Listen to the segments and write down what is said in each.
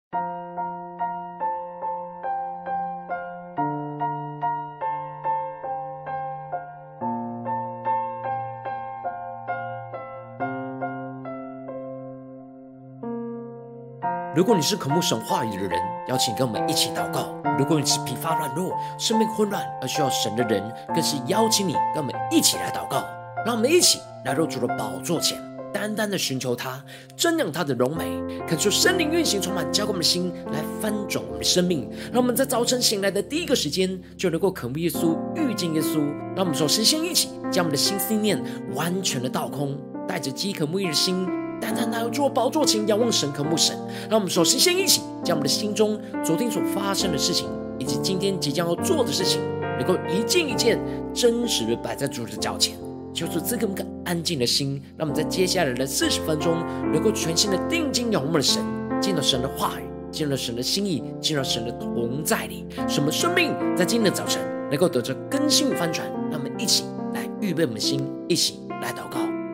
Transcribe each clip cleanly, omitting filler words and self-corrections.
如果你是渴慕神话语的人，邀请跟我们一起祷告；如果你是疲乏软弱、生命混乱而需要神的人，更是邀请你跟我们一起来祷告。让我们一起来到主的宝座前，单单的寻求他，瞻仰他的荣美，恳求圣灵运行充满浇灌我们的心，来翻转我们的生命。让我们在早晨醒来的第一个时间，就能够渴慕耶稣，遇见耶稣。让我们首先一起将我们的心思念完全的倒空，带着饥渴沐浴的心，单单来到主的宝座前，仰望神，渴慕神。让我们首先一起将我们的心中昨天所发生的事情，以及今天即将要做的事情，能够一件一件真实的摆在主的脚前。求主赐给我们个安静的心，让我们在接下来的40分钟，能够全心的定睛仰望我们的神，见到神的话语，见到神的心意，见到神的同在里，使我们生命在今天的早晨能够得着更新与翻转。让我们一起来预备我们的心，一起来祷告。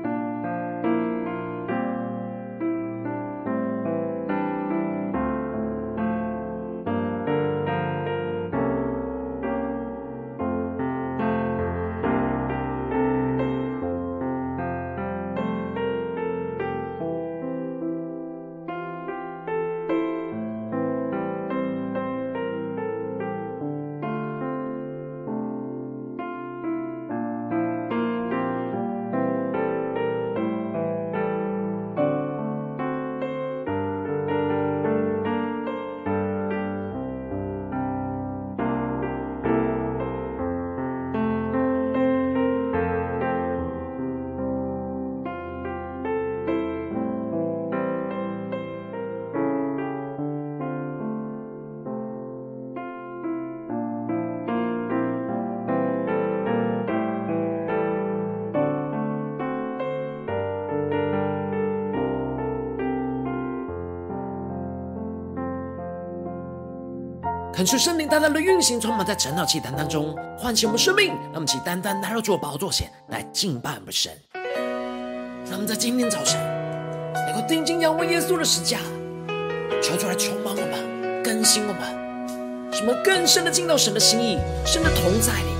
恳求圣灵单单的运行，充满在晨祷祭坛当中，唤醒我们生命。让我们起单单来到主的宝座前来敬拜我们的神。让我们在今天早晨能够定睛仰望耶稣的十架，求主来充满我们，更新我们，使我们更深的进到神的心意，神的同在里。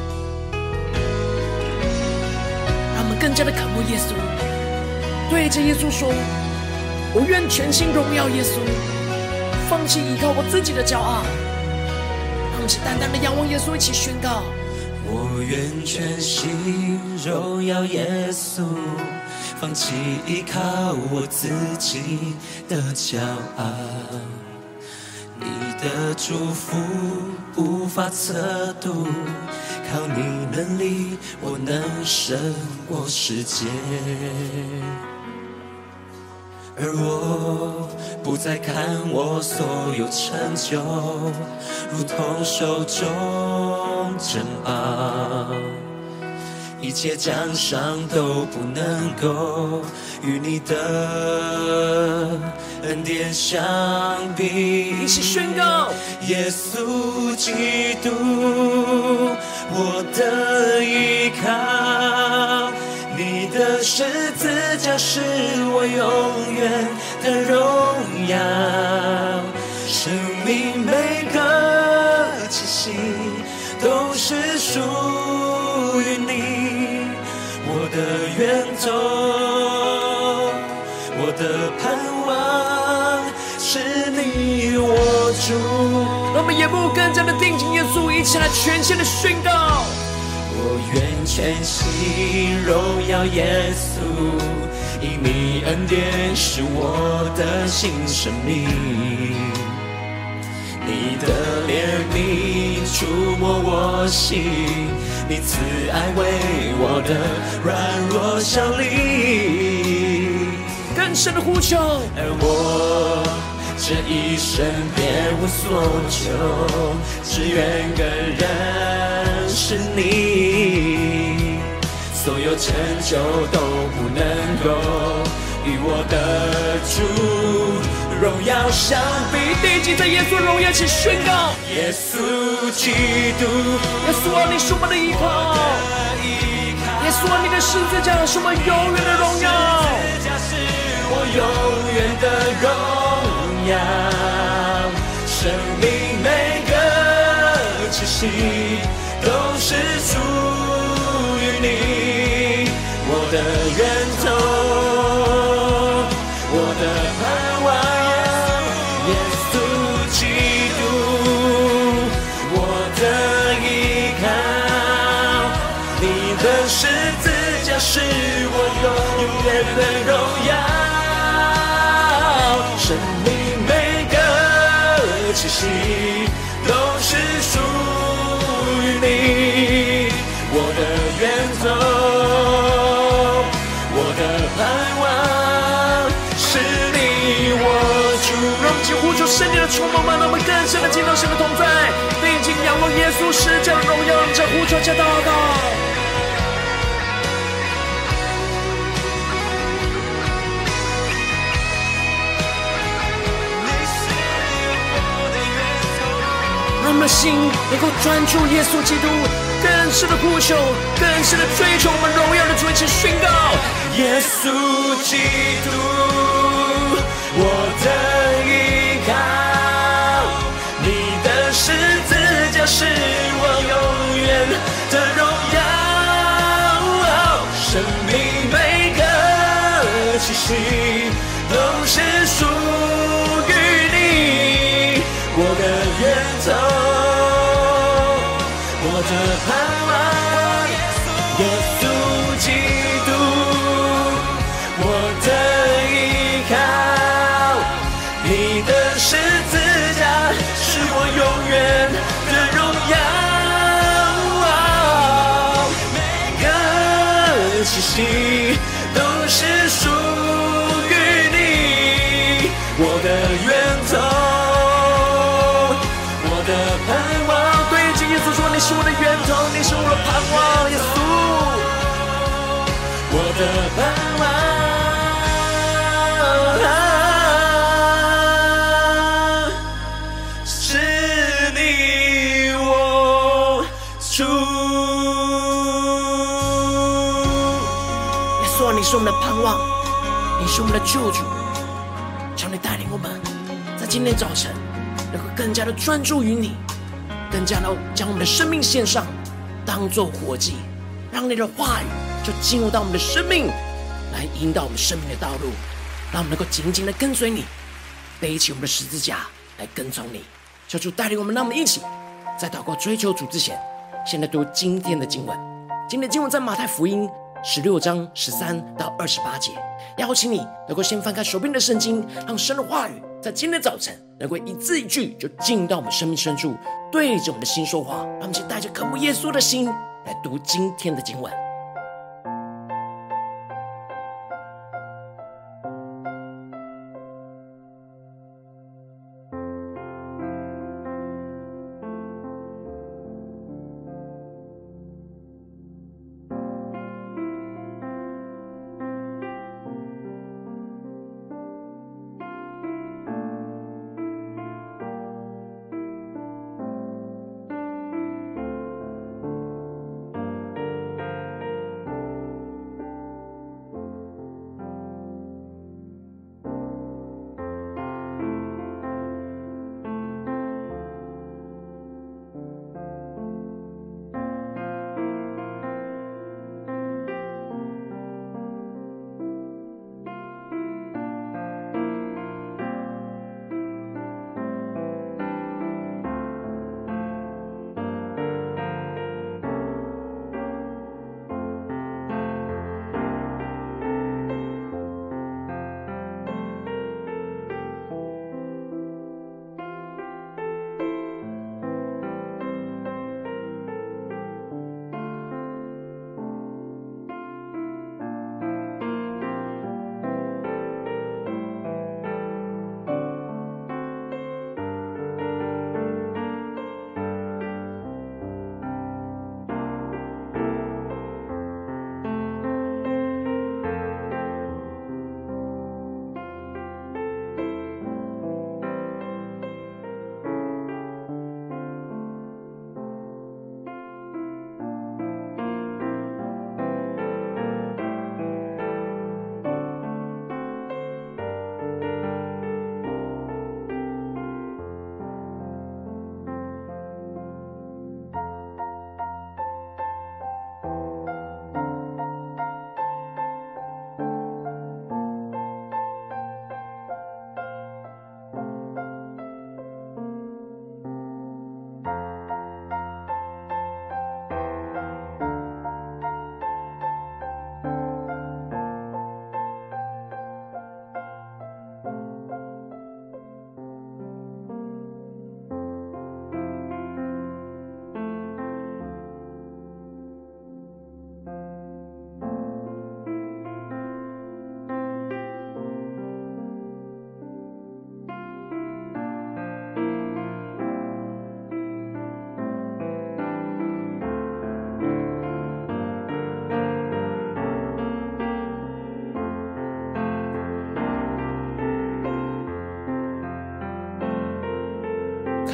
让我们更加的渴慕耶稣，对着耶稣说：我愿全心荣耀耶稣，放弃依靠我自己的骄傲。让我们是单单的仰望耶稣，一起宣告： 我愿全心荣耀耶稣，放弃依靠我自己的骄傲。你的祝福无法测度，靠你能力，我能胜过世界。而我不再看我所有成就，如同手中珍宝，一切奖赏都不能够与你的恩典相比。 一起宣告： 耶稣基督，我的依靠，你的十字架是我永远的荣耀，生命每个气息都是属于你，我的源头，我的盼望是你我主。 让我们眼目更加的定睛耶稣，一起来全心的宣告： 我愿全心荣耀耶稣，因你恩典是我的新生命，你的怜悯触摸我心，你慈爱为我的软弱效力， 更深的呼求。 而我这一生别无所求，只愿更认识你，所有成就都不能够与我的主荣耀相比。 第一集在耶稣荣耀起宣告： 耶稣基督， 耶稣啊，你是我们的依靠；耶稣啊，你的十字架是我们永远的荣耀， 我永远的荣耀， 息都是属于你，我的源头，我的盼望，耶稣基督，我的依靠，你的十字架是我永远的荣耀。生命每个气息都是属于你，我的源头，我的盼望是你我主。 让我们一起呼求圣灵的充满，让我们更深的进到神的同在，定睛仰望耶稣施教的荣耀，让我们在呼求加祷告。让我们的心能够专注耶稣基督，更深的呼求，更深的追求我们荣耀的主，一起宣告： 耶稣基督，我的依靠，你的十字架是我永远的荣耀。生命每个气息都是属于你，我的源头，我的盼望，耶稣基督，我的依靠，你的十字架是我永远的荣耀。每个气息都是属于你，我的源头，盼望。对着耶稣说，你是我的源头，你是我的盼望，耶稣，我的盼望是你我主。 耶稣啊，你是我们的盼望，你是我们的救主，求你带领我们在今天早晨能够更加的专注于你，更加的将我们的生命献上，当作活祭，让你的话语就进入到我们的生命，来引导我们生命的道路，让我们能够紧紧的跟随你，背起我们的十字架来跟从你。求主带领我们，让我们一起在祷告追求主之前，先来读今天的经文。今天的经文在马太福音16章13到28节。邀请你能够先翻开手边的圣经，让神的话语在今天早晨能够一字一句就进到我们生命深处，对着我们的心说话。让我们一起带着渴慕耶稣的心来读今天的经文。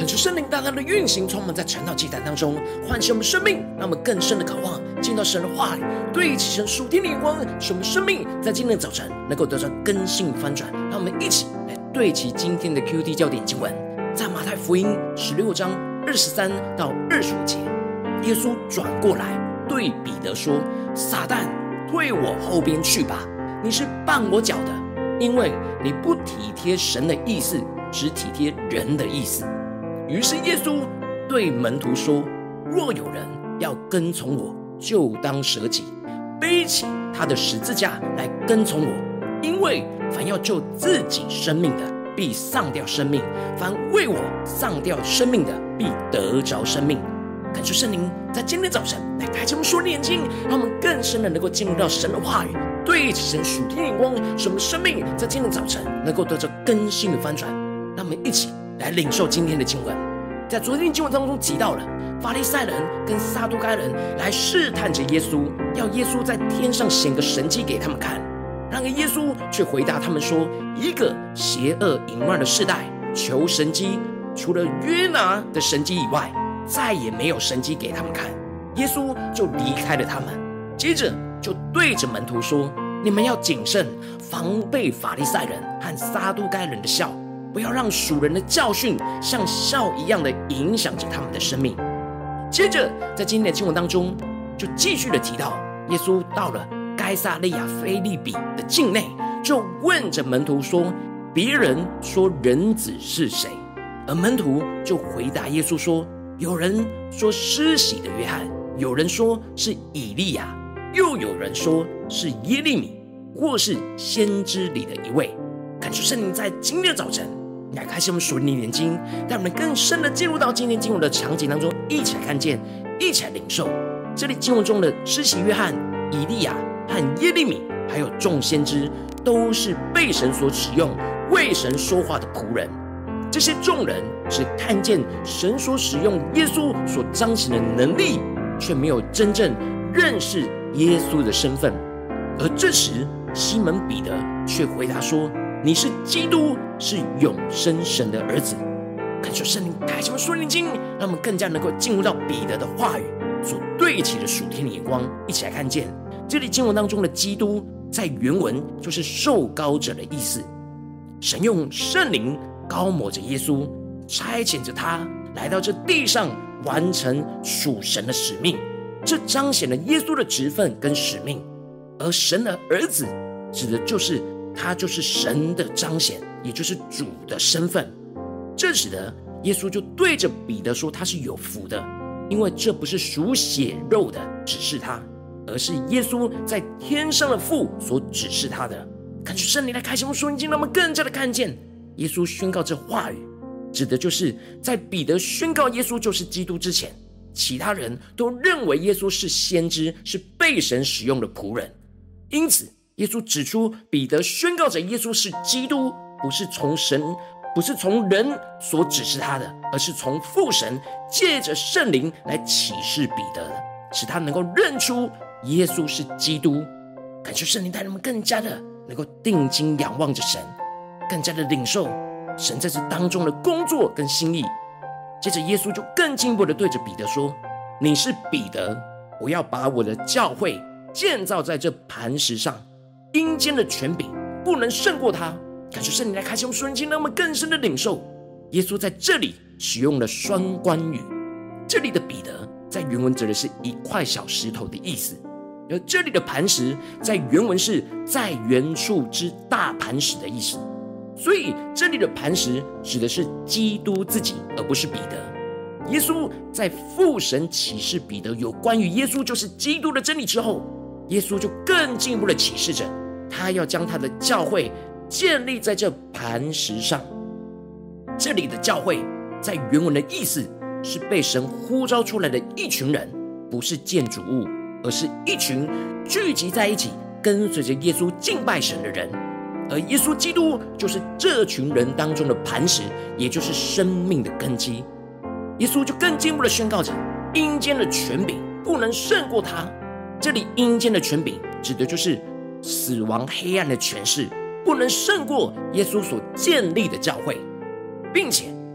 恳求圣灵大大的运行，充满在晨祷祭坛当中，唤醒我们生命，让我们更深的渴望进到神的话语，对齐神属天的眼光，使我们生命在今天的早晨能够得到更新翻转。让我们一起来对齐今天的 QT 焦点经文，在马太福音16章23到25节，耶稣转过来对彼得说：撒旦，退我后边去吧，你是绊我脚的，因为你不体贴神的意思，只体贴人的意思。于是耶稣对门徒说：若有人要跟从我，就当舍己，背起他的十字架来跟从我。因为凡要救自己生命的，必丧掉生命；凡为我丧掉生命的，必得着生命。恳求圣灵在今天早晨来开启我们属灵的眼睛，让我们更深的能够进入到神的话语，对齐神属天的眼光，使我们生命在今天的早晨能够得着更新的翻转。让我们一起来领受今天的经文。在昨天的经文当中提到了法利赛人跟撒都该人来试探着耶稣，要耶稣在天上显个神迹给他们看。然而耶稣却回答他们说：一个邪恶淫乱的世代求神迹，除了约拿的神迹以外，再也没有神迹给他们看。耶稣就离开了他们，接着就对着门徒说：你们要谨慎，防备法利赛人和撒都该人的笑，不要让属人的教训像笑一样的影响着他们的生命。接着在今天的经文当中就继续的提到，耶稣到了该撒利亚腓立比的境内，就问着门徒说：别人说人子是谁？而门徒就回答耶稣说：有人说施洗的约翰，有人说是以利亚，又有人说是耶利米，或是先知里的一位。感谢圣灵在今天的早晨来开启我们属灵的眼睛，让我们更深的进入到今天经文的场景当中，一起来看见，一起来领受。这里经文中的施洗约翰、以利亚和耶利米还有众先知，都是被神所使用为神说话的仆人。这些众人只看见神所使用耶稣所彰显的能力，却没有真正认识耶稣的身份。而这时西门彼得却回答说：你是基督，是永生神的儿子。恳求圣灵开启我们属灵的眼睛，让我们更加能够进入到彼得的话语所对齐的属天的眼光。一起来看见这里经文当中的基督，在原文就是受膏者的意思。神用圣灵膏抹着耶稣，差遣着他来到这地上，完成属神的使命。这彰显了耶稣的职分跟使命。而神的儿子指的就是他就是神的彰显，也就是主的身份。这使得耶稣就对着彼得说，他是有福的，因为这不是属血肉的指示他，而是耶稣在天上的父所指示他的。恳求圣灵来开启我们属灵眼睛，让我们更加的看见耶稣宣告这话语，指的就是在彼得宣告耶稣就是基督之前，其他人都认为耶稣是先知，是被神使用的仆人。因此耶稣指出，彼得宣告着耶稣是基督，不是从人所指示他的，而是从父神借着圣灵来启示彼得的，使他能够认出耶稣是基督。感谢圣灵带领我们更加的能够定睛仰望着神，更加的领受神在这当中的工作跟心意。接着耶稣就更进一步的对着彼得说：你是彼得，我要把我的教会建造在这磐石上，阴间的权柄不能胜过他。感谢圣灵来开启我们属灵眼睛，让我们更深的领受耶稣在这里使用了双关语。这里的彼得在原文指的是一块小石头的意思，而这里的磐石在原文是在原处之大磐石的意思。所以这里的磐石指的是基督自己，而不是彼得。耶稣在父神启示彼得有关于耶稣就是基督的真理之后，耶稣就更进一步的启示着，他要将他的教会建立在这磐石上。这里的教会在原文的意思是被神呼召出来的一群人，不是建筑物，而是一群聚集在一起跟随着耶稣敬拜神的人。而耶稣基督就是这群人当中的磐石，也就是生命的根基。耶稣就更进一步的宣告着，阴间的权柄不能胜过他。这里阴间的权柄指的就是死亡黑暗的权势，不能胜过耶稣所建立的教会。并且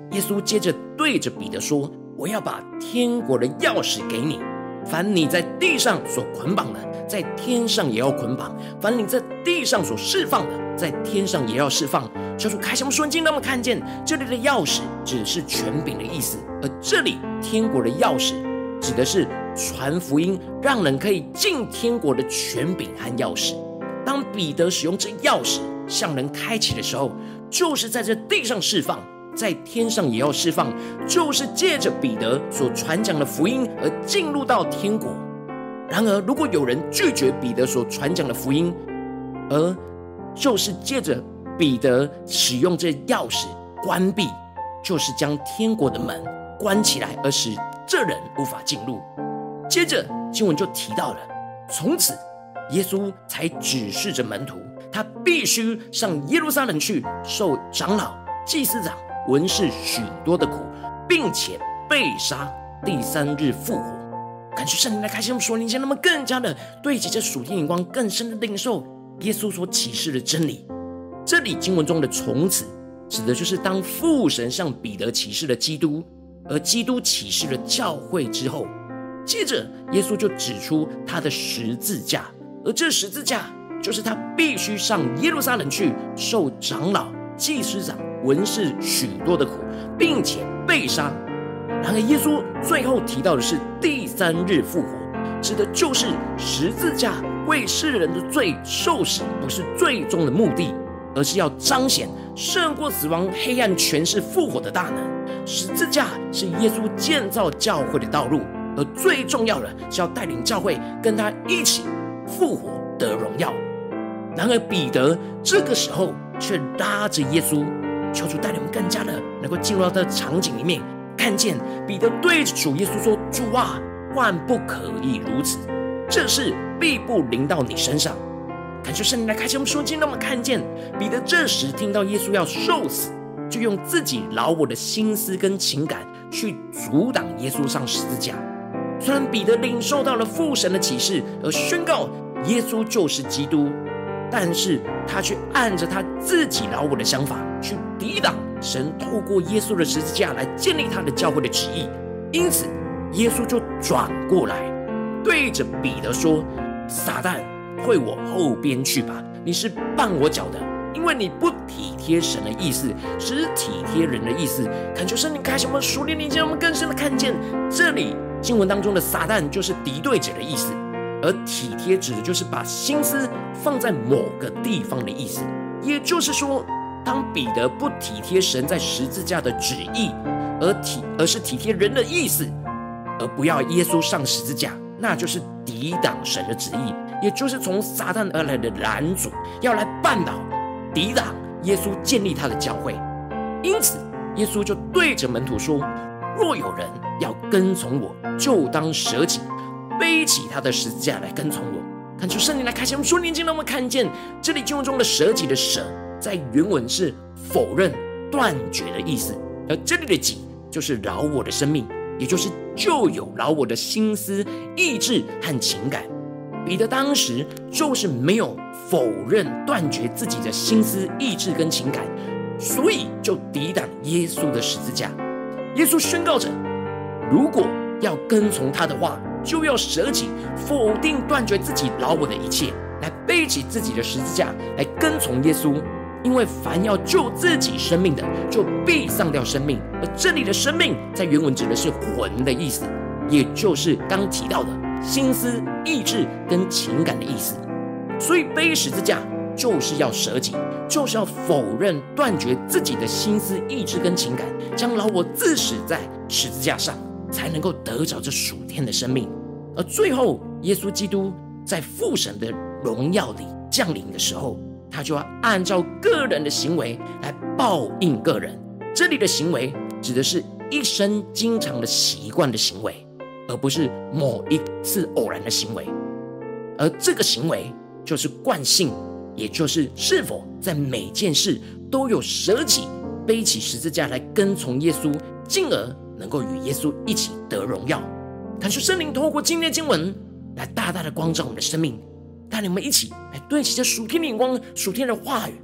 耶稣接着对着彼得说：我要把天国的钥匙给你，凡你在地上所捆绑的，在天上也要捆绑；凡你在地上所释放的，在天上也要释放。求主开启我们顺境，让我们看见这里的钥匙指的是权柄的意思，而这里天国的钥匙指的是传福音让人可以进天国的权柄和钥匙。当彼得使用这钥匙向人开启的时候，就是在这地上释放，在天上也要释放，就是借着彼得所传讲的福音而进入到天国。然而如果有人拒绝彼得所传讲的福音，而就是借着彼得使用这钥匙关闭，就是将天国的门关起来，而使这人无法进入。接着经文就提到了，从此耶稣才指示着门徒，他必须上耶路撒冷去，受长老、祭司长、文士许多的苦，并且被杀，第3日复活。感谢圣灵来开启我们属灵眼睛，让我们更加的对齐这属天眼光，更深的领受耶稣所启示的真理。这里经文中的从此指的就是当父神向彼得启示了基督，而基督启示了教会之后，接着耶稣就指出他的十字架，而这十字架就是他必须上耶路撒冷去，受长老、祭司长、文士许多的苦，并且被杀。然而耶稣最后提到的是第3日复活，指的就是十字架为世人的罪受死不是最终的目的，而是要彰显胜过死亡黑暗权势复活的大能。十字架是耶稣建造教会的道路，而最重要的是要带领教会跟他一起复活得荣耀。然而彼得这个时候却拉着耶稣，求主带领我们更加的能够进入到这场景里面，看见彼得对着主耶稣说：主啊，万不可以如此，这事必不临到你身上。感谢圣灵来开启我们属灵，让我们看见彼得这时听到耶稣要受死，就用自己老我的心思跟情感去阻挡耶稣上十字架。虽然彼得领受到了父神的启示，而宣告耶稣就是基督，但是他却按着他自己老我的想法去抵挡神透过耶稣的十字架来建立他的教会的旨意。因此耶稣就转过来对着彼得说：撒旦，退我后边去吧，你是绊我脚的，因为你不体贴神的意思，只体贴人的意思。恳求圣灵开启我们属灵的眼睛，让我们更深的看见这里经文当中的撒旦就是敌对者的意思，而体贴指的就是把心思放在某个地方的意思。也就是说，当彼得不体贴神在十字架的旨意，而是体贴人的意思，而不要耶稣上十字架，那就是抵挡神的旨意，也就是从撒旦而来的拦阻，要来绊倒、抵挡耶稣建立他的教会。因此耶稣就对着门徒说：若有人要跟从我，就当舍己，背起他的十字架来跟从我。看出圣灵来开启我们属灵眼睛，让我们看见这里经文中的舍己的舍，在原文是否认、断绝的意思，而这里的己就是饶我的生命，也就是旧有饶我的心思、意志和情感。彼得当时就是没有否认、断绝自己的心思、意志跟情感，所以就抵挡耶稣的十字架。耶稣宣告着，如果要跟从他的话，就要舍己，否定断绝自己饶我的一切，来背起自己的十字架来跟从耶稣。因为凡要救自己生命的，就必丧掉生命。而这里的生命在原文指的是魂的意思，也就是刚提到的心思、意志跟情感的意思。所以背十字架就是要舍己，就是要否认、断绝自己的心思、意志跟情感，将老我自死在十字架上，才能够得着这属天的生命。而最后耶稣基督在父神的荣耀里降临的时候，他就要按照个人的行为来报应个人。这里的行为指的是一生经常的习惯的行为，而不是某一次偶然的行为。而这个行为就是惯性，也就是是否在每件事都有舍己、背起十字架来跟从耶稣，进而能够与耶稣一起得荣耀。感谢圣灵透过今天的经文来大大的光照我们的生命，带领我们一起来对齐这属天的眼光、属天的话语，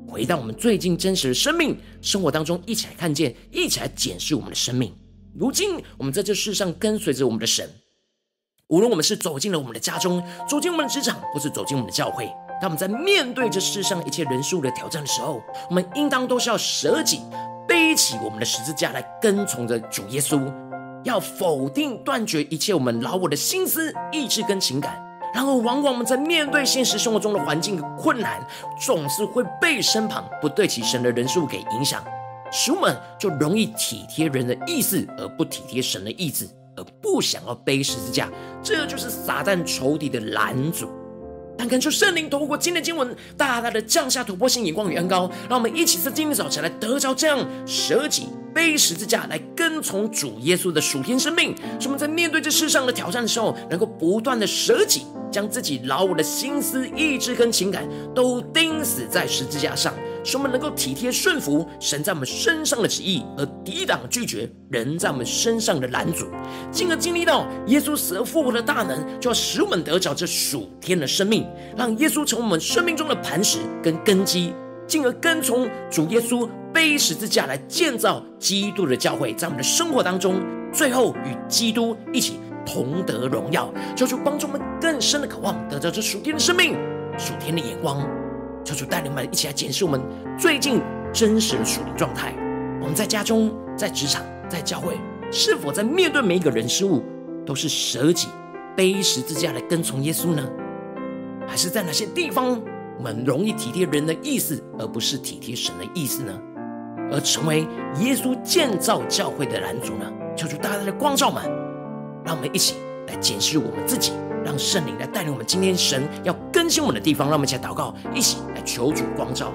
回到我们最近真实的生命生活当中，一起来看见，一起来检视我们的生命。如今我们在这世上跟随着我们的神，无论我们是走进了我们的家中，走进我们的职场，或是走进我们的教会，当我们在面对这世上一切人数的挑战的时候，我们应当都是要舍己，背起我们的十字架来跟从着主耶稣，要否定断绝一切我们老我的心思意志跟情感。然而往往我们在面对现实生活中的环境和困难，总是会被身旁不对齐神的人数给影响，使我们就容易体贴人的意思，而不体贴神的意志，而不想要背十字架。这就是撒旦仇敌的拦阻。但恳求圣灵透过今天的经文，大大的降下突破性眼光与恩膏，让我们一起在今天早晨来得着这样舍己背十字架来跟从主耶稣的属天生命，使我们在面对这世上的挑战的时候，能够不断的舍己，将自己老我的心思意志跟情感都钉死在十字架上，使我们能够体贴顺服神在我们身上的旨意，而抵挡拒绝人在我们身上的拦阻，进而经历到耶稣死而复活的大能，就要使我们得着这属天的生命，让耶稣成为我们生命中的磐石跟根基，进而跟从主耶稣背十字架来建造基督的教会，在我们的生活当中，最后与基督一起同得荣耀。求主帮助我们更深的渴望得到这属天的生命、属天的眼光。求主带领我们一起来检视我们最近真实的属灵状态。我们在家中、在职场、在教会，是否在面对每一个人事物都是舍己背十字架来跟从耶稣呢？还是在哪些地方我们容易体贴人的意思，而不是体贴神的意思呢？而成为耶稣建造教会的拦阻呢？求主大大的光照们，让我们一起来检视我们自己，让圣灵来带领我们今天神要更新我们的地方。让我们一起来祷告，一起来求主光照。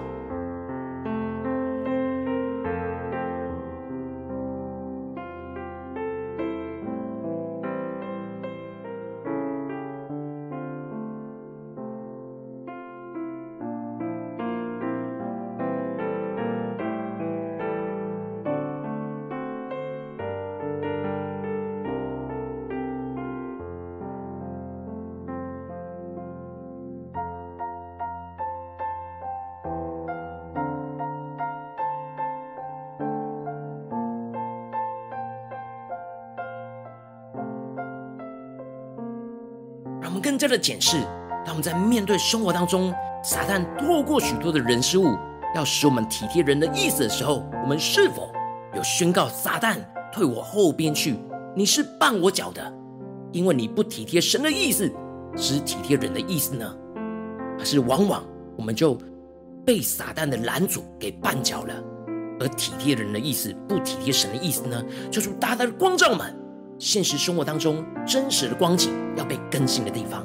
让我们更加的检视，当我们在面对生活当中，撒旦透过许多的人事物，要使我们体贴人的意思的时候，我们是否有宣告撒旦退我后边去，你是绊我脚的，因为你不体贴神的意思，只体贴人的意思呢？还是往往我们就被撒旦的拦阻给绊脚了，而体贴人的意思，不体贴神的意思呢？求主大大的光照我们现实生活当中真实的光景要被更新的地方。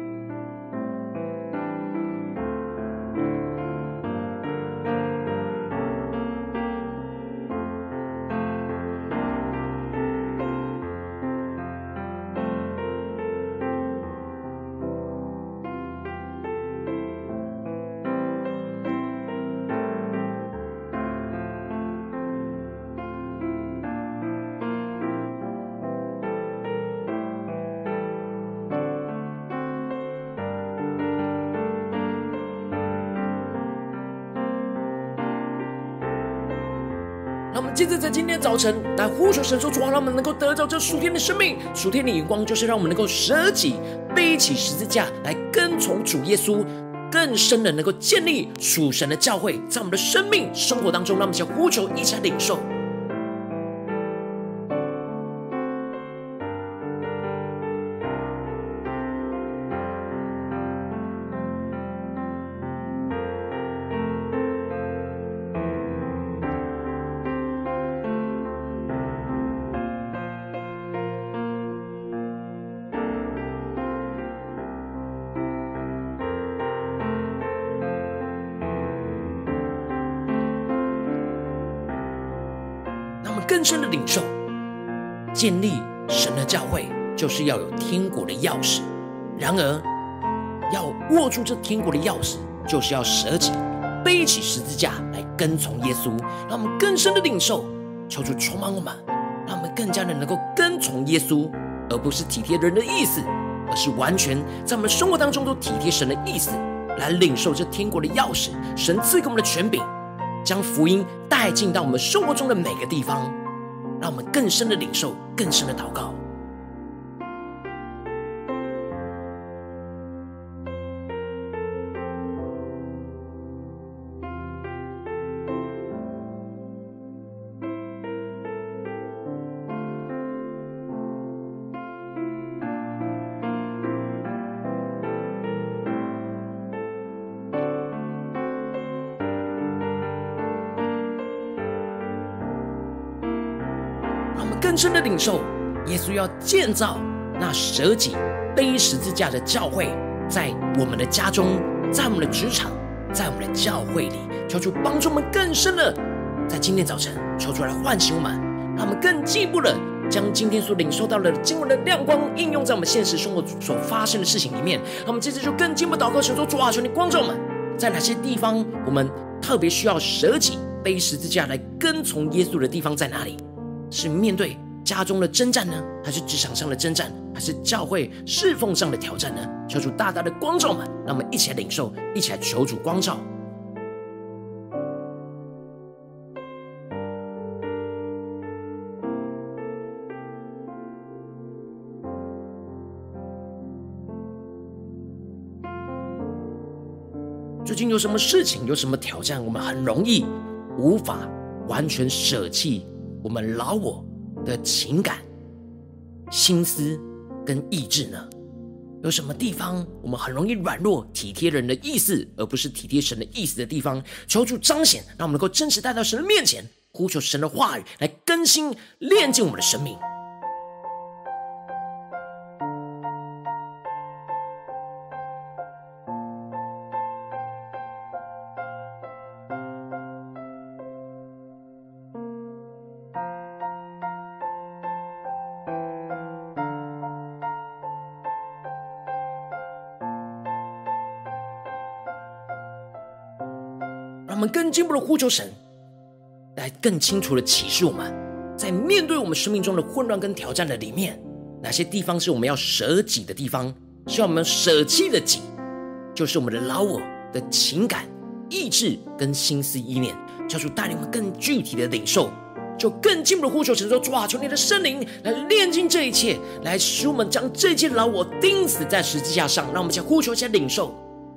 让我们接着在今天的早晨来呼求神说，主啊，让我们能够得到这属天的生命。属天的眼光就是让我们能够舍己背起十字架来跟从主耶稣，更深的能够建立属神的教会，在我们的生命生活当中。让我们一起呼求，一起来领受。更深的领受，建立神的教会就是要有天国的钥匙。然而要握住这天国的钥匙，就是要舍己背起十字架来跟从耶稣。让我们更深的领受，求主充满我们，让我们更加的能够跟从耶稣，而不是体贴人的意思，而是完全在我们生活当中都体贴神的意思， 来领受这天国的钥匙，神赐给我们的权柄，将福音带进到我们生活中的每个地方，让我们更深的领受，更深的祷告。更深的领受，耶稣要建造那舍己背十字架的教会，在我们的家中，在我们的职场，在我们的教会里，求主帮助我们更深的在今天早晨求主来唤醒我们，让我们更进一步的将今天所领受到的经文的亮光应用在我们现实生活所发生的事情里面。让我们接着就更进一步祷告，求说主啊，求你光照我们，在哪些地方我们特别需要舍己背十字架来跟从耶稣的地方在哪里？是面对家中的征战呢，还是职场上的征战，还是教会侍奉上的挑战呢？求主大大的光照我们，让我们一起来领受，一起来求主光照。最近有什么事情，有什么挑战，我们很容易无法完全舍弃我们老我的情感、心思跟意志呢？有什么地方我们很容易软弱，体贴人的意思，而不是体贴神的意思的地方？求主彰显，让我们能够真实带到神的面前，呼求神的话语来更新、炼净我们的生命。让我们更进一步的呼求神，来更清楚的启示我们，在面对我们生命中的混乱跟挑战的里面，哪些地方是我们要舍己的地方，是要我们舍弃的己，就是我们的老我的情感、意志跟心思意念。求主带领我们更具体的领受，就更进一步的呼求神说：主啊，求你的圣灵来炼净这一切，来使我们将这些老我钉死在十字架上。让我们先呼求，先领受。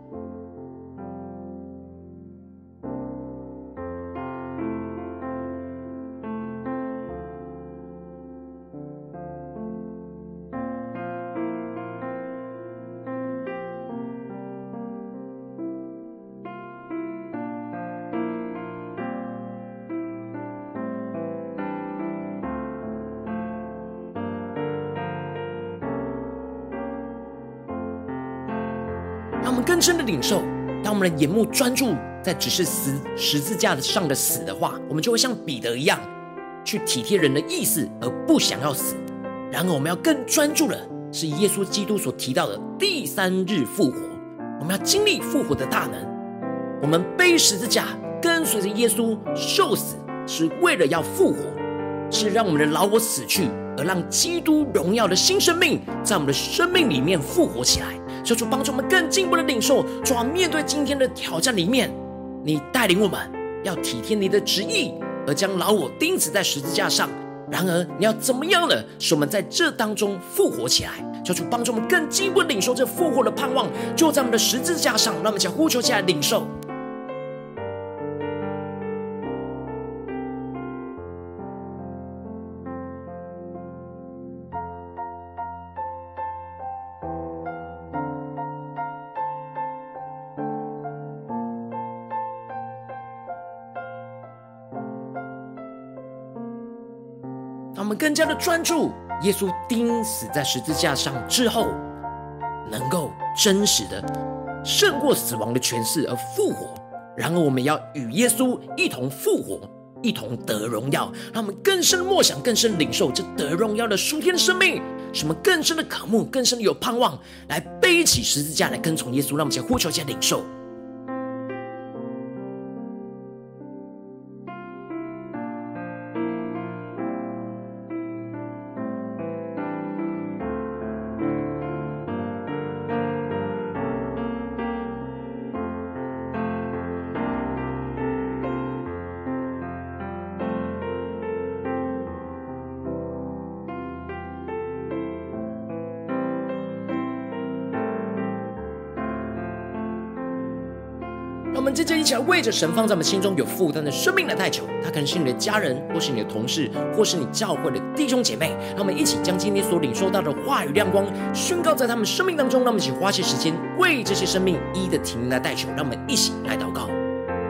让我们更深的领受，当我们的眼目专注在只是十字架上的死的话，我们就会像彼得一样去体贴人的意思而不想要死。然而我们要更专注的是耶稣基督所提到的第三日复活，我们要经历复活的大能。我们背十字架跟随着耶稣受死，是为了要复活，是让我们的老我死去，而让基督荣耀的新生命在我们的生命里面复活起来。求主帮助我们更进一步的领受，主啊，面对今天的挑战里面，你带领我们要体贴你的旨意，而将老我钉死在十字架上。然而你要怎么样呢，使我们在这当中复活起来？求主帮助我们更进一步的领受这复活的盼望，就在我们的十字架上。让我们将呼求起来领受。让我们更加的专注耶稣钉死在十字架上之后，能够真实的胜过死亡的权势而复活。然而我们要与耶稣一同复活，一同得荣耀。让我们更深的默想，更深的领受这得荣耀的属天的生命，使我们更深的渴慕，更深的有盼望，来背起十字架来跟从耶稣。让我们先呼求，先领受。 们接着一起来为着神放在我们心中有负担的生命来代求，他可能是你的家人，或是你的同事，或是你教会的弟兄姐妹。让我们一起将今天所领受到的话语亮光宣告在他们生命当中。让我们一起花些时间为这些生命一一的提名来代求。让我们一起来祷告。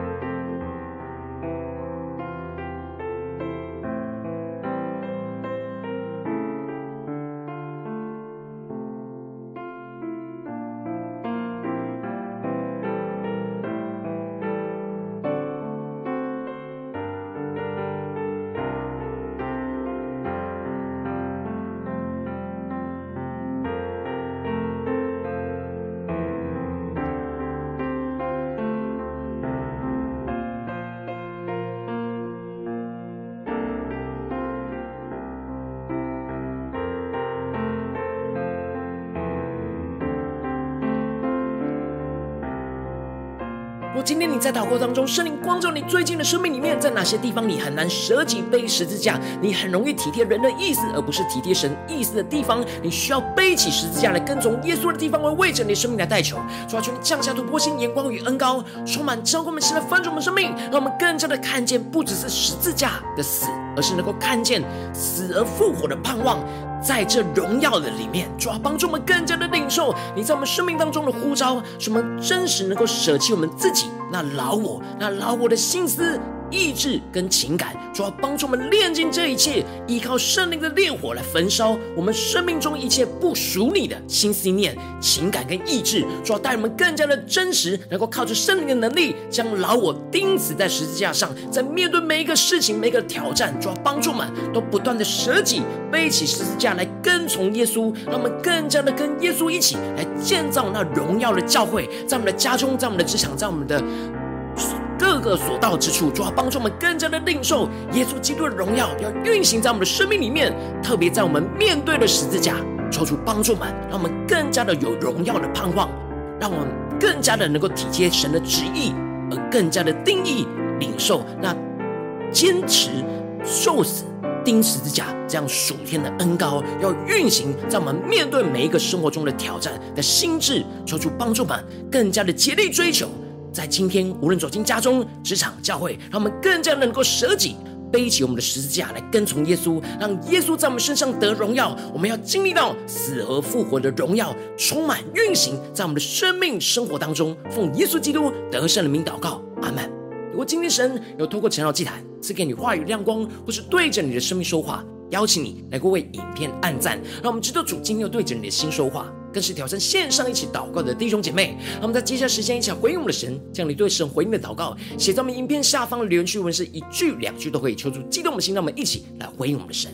若今天你在祷告当中，圣灵光照你最近的生命里面，在哪些地方你很难舍己背十字架，你很容易体贴人的意思而不是体贴神意思的地方，你需要背起十字架来跟从耶稣的地方，为着你的生命来代求。主啊，求你降下突破性眼光与恩膏，充满浇灌我们现在翻转我们生命，让我们更加的看见不只是十字架的死，而是能够看见死而复活的盼望。在这荣耀的里面，主啊，帮助我们更加的领受你在我们生命当中的呼召，使我们真实能够舍弃我们自己那老我的心思意志跟情感。主啊，帮助我们炼尽这一切，依靠圣灵的烈火来焚烧我们生命中一切不属你的心思念、情感跟意志。主啊，带我们更加的真实，能够靠着圣灵的能力，将老我钉死在十字架上，在面对每一个事情、每一个挑战，主啊，帮助我们都不断的舍己，背起十字架来跟从耶稣，让我们更加的跟耶稣一起来建造那荣耀的教会，在我们的家中，在我们的职场，在我们的各个所到之处。主啊，帮助我们更加的领受耶稣基督的荣耀要运行在我们的生命里面，特别在我们面对的十字架，求主帮助我们，让我们更加的有荣耀的盼望，让我们更加的能够体贴神的旨意，而更加的定义领受那坚持受死钉十字架这样属天的恩膏，要运行在我们面对每一个生活中的挑战的心智。求主帮助我们更加的竭力追求，在今天无论走进家中、职场、教会，让我们更加能够舍己，背起我们的十字架来跟从耶稣，让耶稣在我们身上得荣耀。我们要经历到死而复活的荣耀，充满运行在我们的生命生活当中。奉耶稣基督得胜的名祷告，阿们。如果今天神有透过晨祷祭坛赐给你话语亮光，或是对着你的生命说话，邀请你能够为影片按赞，让我们知道主今天有对着你的心说话，更是挑战线上一起祷告的弟兄姐妹。让我们在接下来时间一起回应我们的神，将你对神回应的祷告写在我们影片下方的留言区，无论是一句两句都可以，求主激动我们的心，让我们一起来回应我们的神。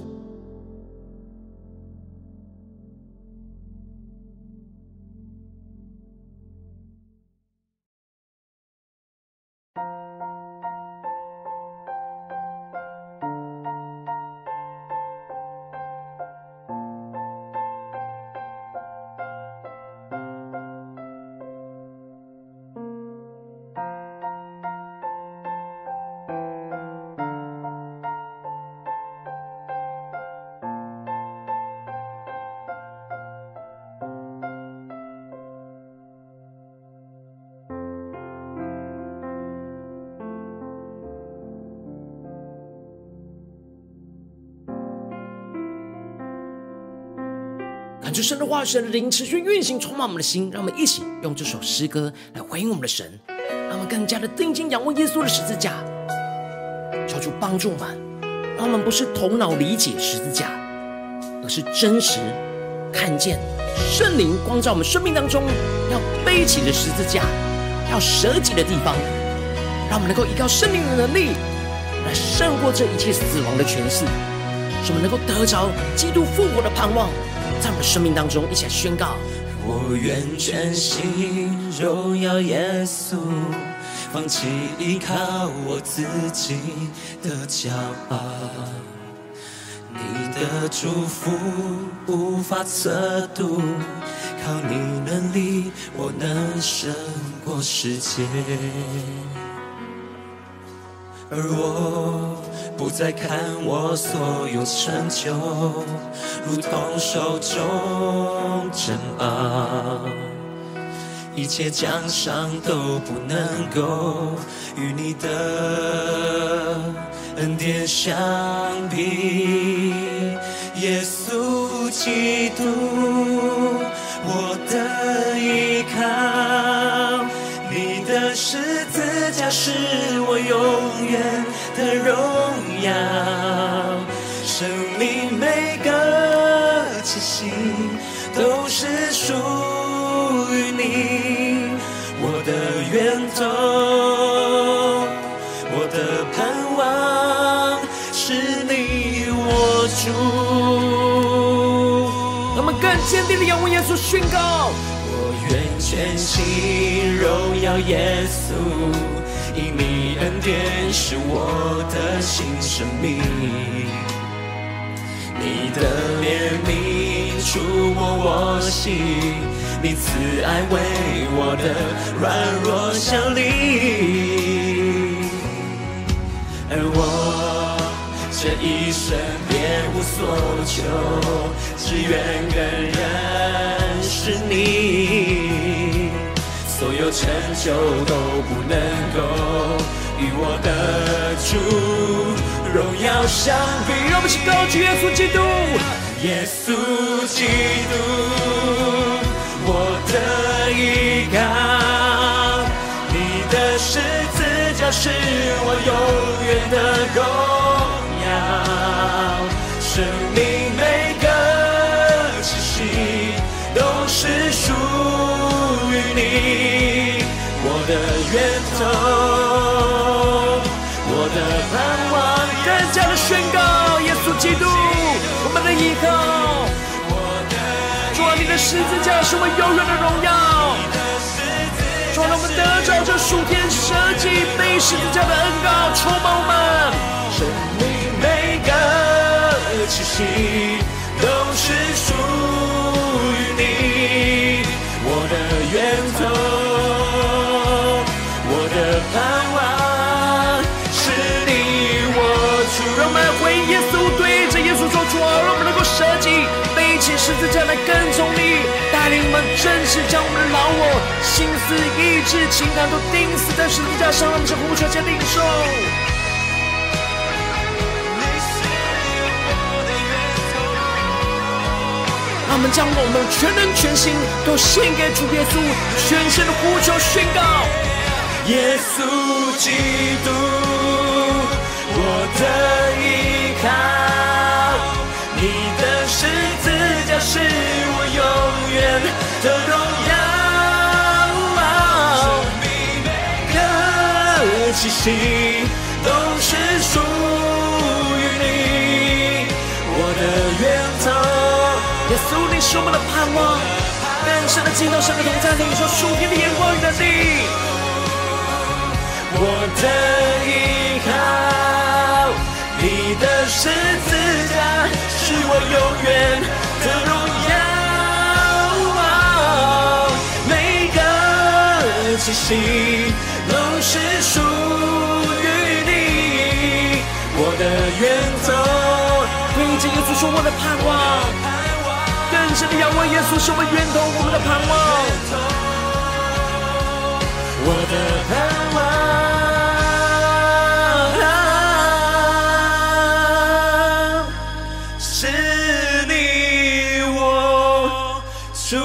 感觉神的话语、神的灵持续运行，充满我们的心。让我们一起用这首诗歌来回应我们的神，让我们更加的定睛仰望耶稣的十字架，求主帮助我们，让我们不是头脑理解十字架，而是真实看见圣灵光照我们生命当中要背起的十字架，要舍己的地方，让我们能够依靠圣灵的能力来胜过这一切死亡的权势，使我们能够得着基督复活的盼望，在我们的生命当中一起来宣告。 我愿全心荣耀耶稣，放弃依靠我自己的骄傲。你的祝福无法测度，靠你能力我能胜过世界。而我不再看我所有成就如同手中珍宝， 一切奖赏都不能够与你的恩典相比。耶稣基督，我的依靠，你的十字架是我永远的荣耀。生命每个气息都是属于你，我的源头，我的盼望是你我主。 让我们更坚定的仰望耶稣，宣告： 我愿全心荣耀耶稣，因你恩典是我的新生命。你的怜悯触摸我心，你慈爱为我的软弱效力。而我这一生别无所求，只愿更认识你，所有成就都不能够与我的主荣耀相比。 让我们一起高举耶稣基督， 耶稣基督，我的依靠，你的十字架是我永远的荣耀。生命每个气息都是属于你，我的源头，我的盼望。 更加的宣告耶稣基督，我们的依靠。主啊，你的十字架是我们永远的荣耀。主啊，让我们得着这属天舍己背十字架的恩膏，充满我们。 生命每个气息都是属于你，我的源头，我的盼望是你我主。 让我们回应耶稣，对着耶稣说：主啊，让我们能够舍己背起十字架来跟从你，带领我们真实将我们的老我、心思、意志、情感都钉死在十字架上。让我们是呼求加领受。让我们将我们全人全心都献给主耶稣，全身的呼求宣告： 耶稣基督，我的依靠，你的十字架是我永远的荣耀。生命每个气息都是属于你，我的源头。 耶稣，你是我们的盼望，更深的进到神的同在里，说属天的眼光与能力。 我的依靠，你的十字架是我永远的荣耀。每个气息都是属于你，我的源头。 对着耶稣说：我的盼望。更深的仰望耶稣是我们源头，我们的盼望， 我的盼望是你我主。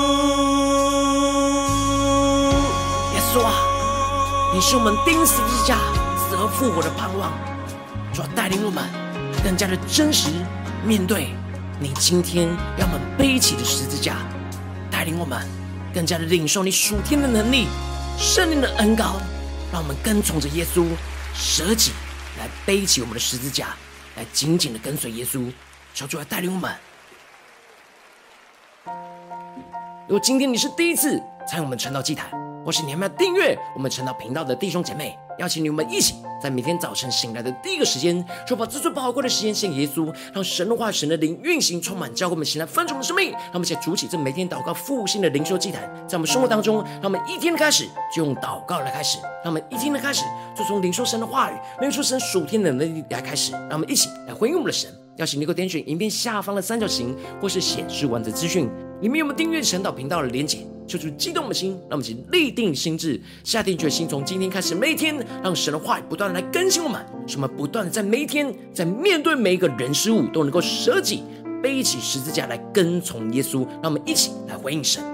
耶稣啊，你是我们钉死之架、死而复活的盼望，主要带领我们更加的真实面对你今天让我们背起的十字架，带领我们更加的领受你属天的能力、圣灵的恩膏，让我们跟从着耶稣，舍己来背起我们的十字架，来紧紧的跟随耶稣。求主来带领我们。如果今天你是第一次参与我们晨祷祭坛，或是你还没有订阅我们晨祷频道的弟兄姐妹，邀请你们一起在每天早晨醒来的第一个时间，就把最宝贵的时间献给耶稣，让神的话、神的灵运行充满，教会我们醒来翻转我们的生命。让我们一起筑起这每天祷告复兴的灵修祭坛，在我们生活当中，让我们一天的开始就用祷告来开始，让我们一天的开始就从领受神的话语、领受神属天的能力来开始。让我们一起来回应我们的神。邀请你能够点选影片下方的三角形，或是显示完整资讯里面有没有订阅晨祷频道的连结， 求主激动我们的心，让我们一起立定心志，下定决心，从今天开始，每一天让神的话语不断的来更新我们，使我们不断的在每一天，在面对每一个人事物都能够舍己，背起十字架来跟从耶稣。让我们一起来回应神。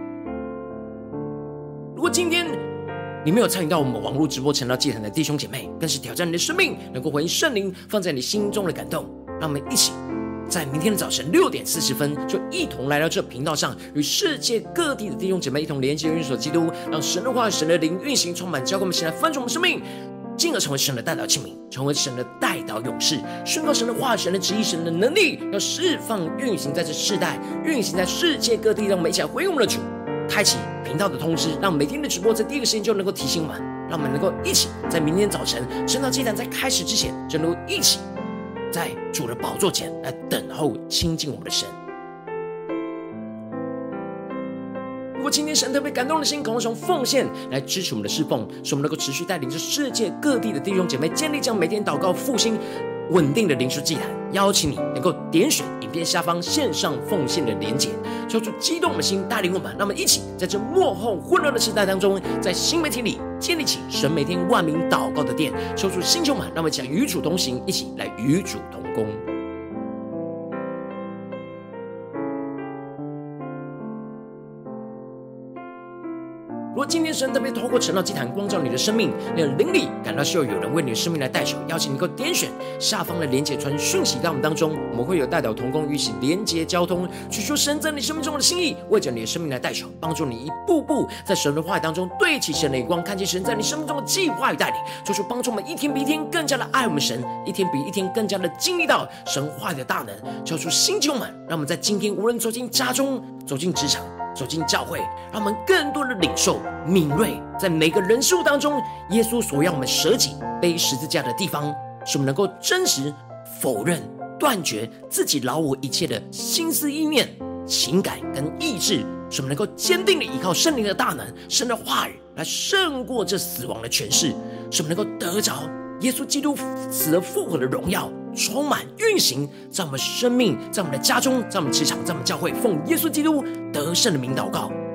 如果今天你没有参与到我们网络直播成道祭坛的弟兄姐妹，更是挑战你的生命，能够回应圣灵放在你心中的感动。让我们一起在明天的早晨6:40，就一同来到这频道上，与世界各地的弟兄姐妹一同连接、运所基督，让神的话语、神的灵运行充满，交给我们，先来分盛我们生命，进而成为神的代祷器皿，成为神的代祷勇士，宣告神的话语、神的旨意、神的能力，要释放、运行在这世代，运行在世界各地。让我们一起来回应我们的主，开启频道的通知，让每天的直播在第一个时间就能够提醒我们，让我们能够一起在明天早晨晨祷祭坛在开始之前，就能够一起在主的宝座前来等候亲近我们的神。如果今天神特别感动的心，渴望从奉献来支持我们的侍奉，使我们能够持续带领着世界各地的弟兄姐妹建立这样每天祷告复兴稳定的灵修祭坛。邀请你能够点选影片下方线上奉献的连结，求主激动我们的心，带领我们，让我们一起在这末后混乱的时代当中，在新媒体里建立起神每天万名祷告的殿。求主星球们，让我们一起来与主同行，一起来与主同工。如果今天神特别透过晨祷祭坛光照你的生命，你的灵里感到需要有人为你的生命来代求，邀请你能够点选下方的连结，传讯息到我们当中，我们会有代祷同工与其连结交通，去说神在你生命中的心意，为着你的生命来代求，帮助你一步步在神的话语当中对齐神的眼光，看见神在你生命中的计划与带领，就是帮助我们一天比一天更加的爱我们神，一天比一天更加的经历到神话语的大能，交出新旧们，让我们在今天无论走进家中，走进职场，走进教会，让我们更多的领受敏锐，在每个人事物当中，耶稣所让我们舍己背十字架的地方，使我们能够真实否认、断绝自己老我一切的心思意念、情感跟意志，使我们能够坚定的依靠圣灵的大能、神的话语来胜过这死亡的权势，使我们能够得着耶稣基督死而复活的荣耀，充满运行在我们生命，在我们的家中，在我们职场，在我们教会，奉耶稣基督得胜的名祷告，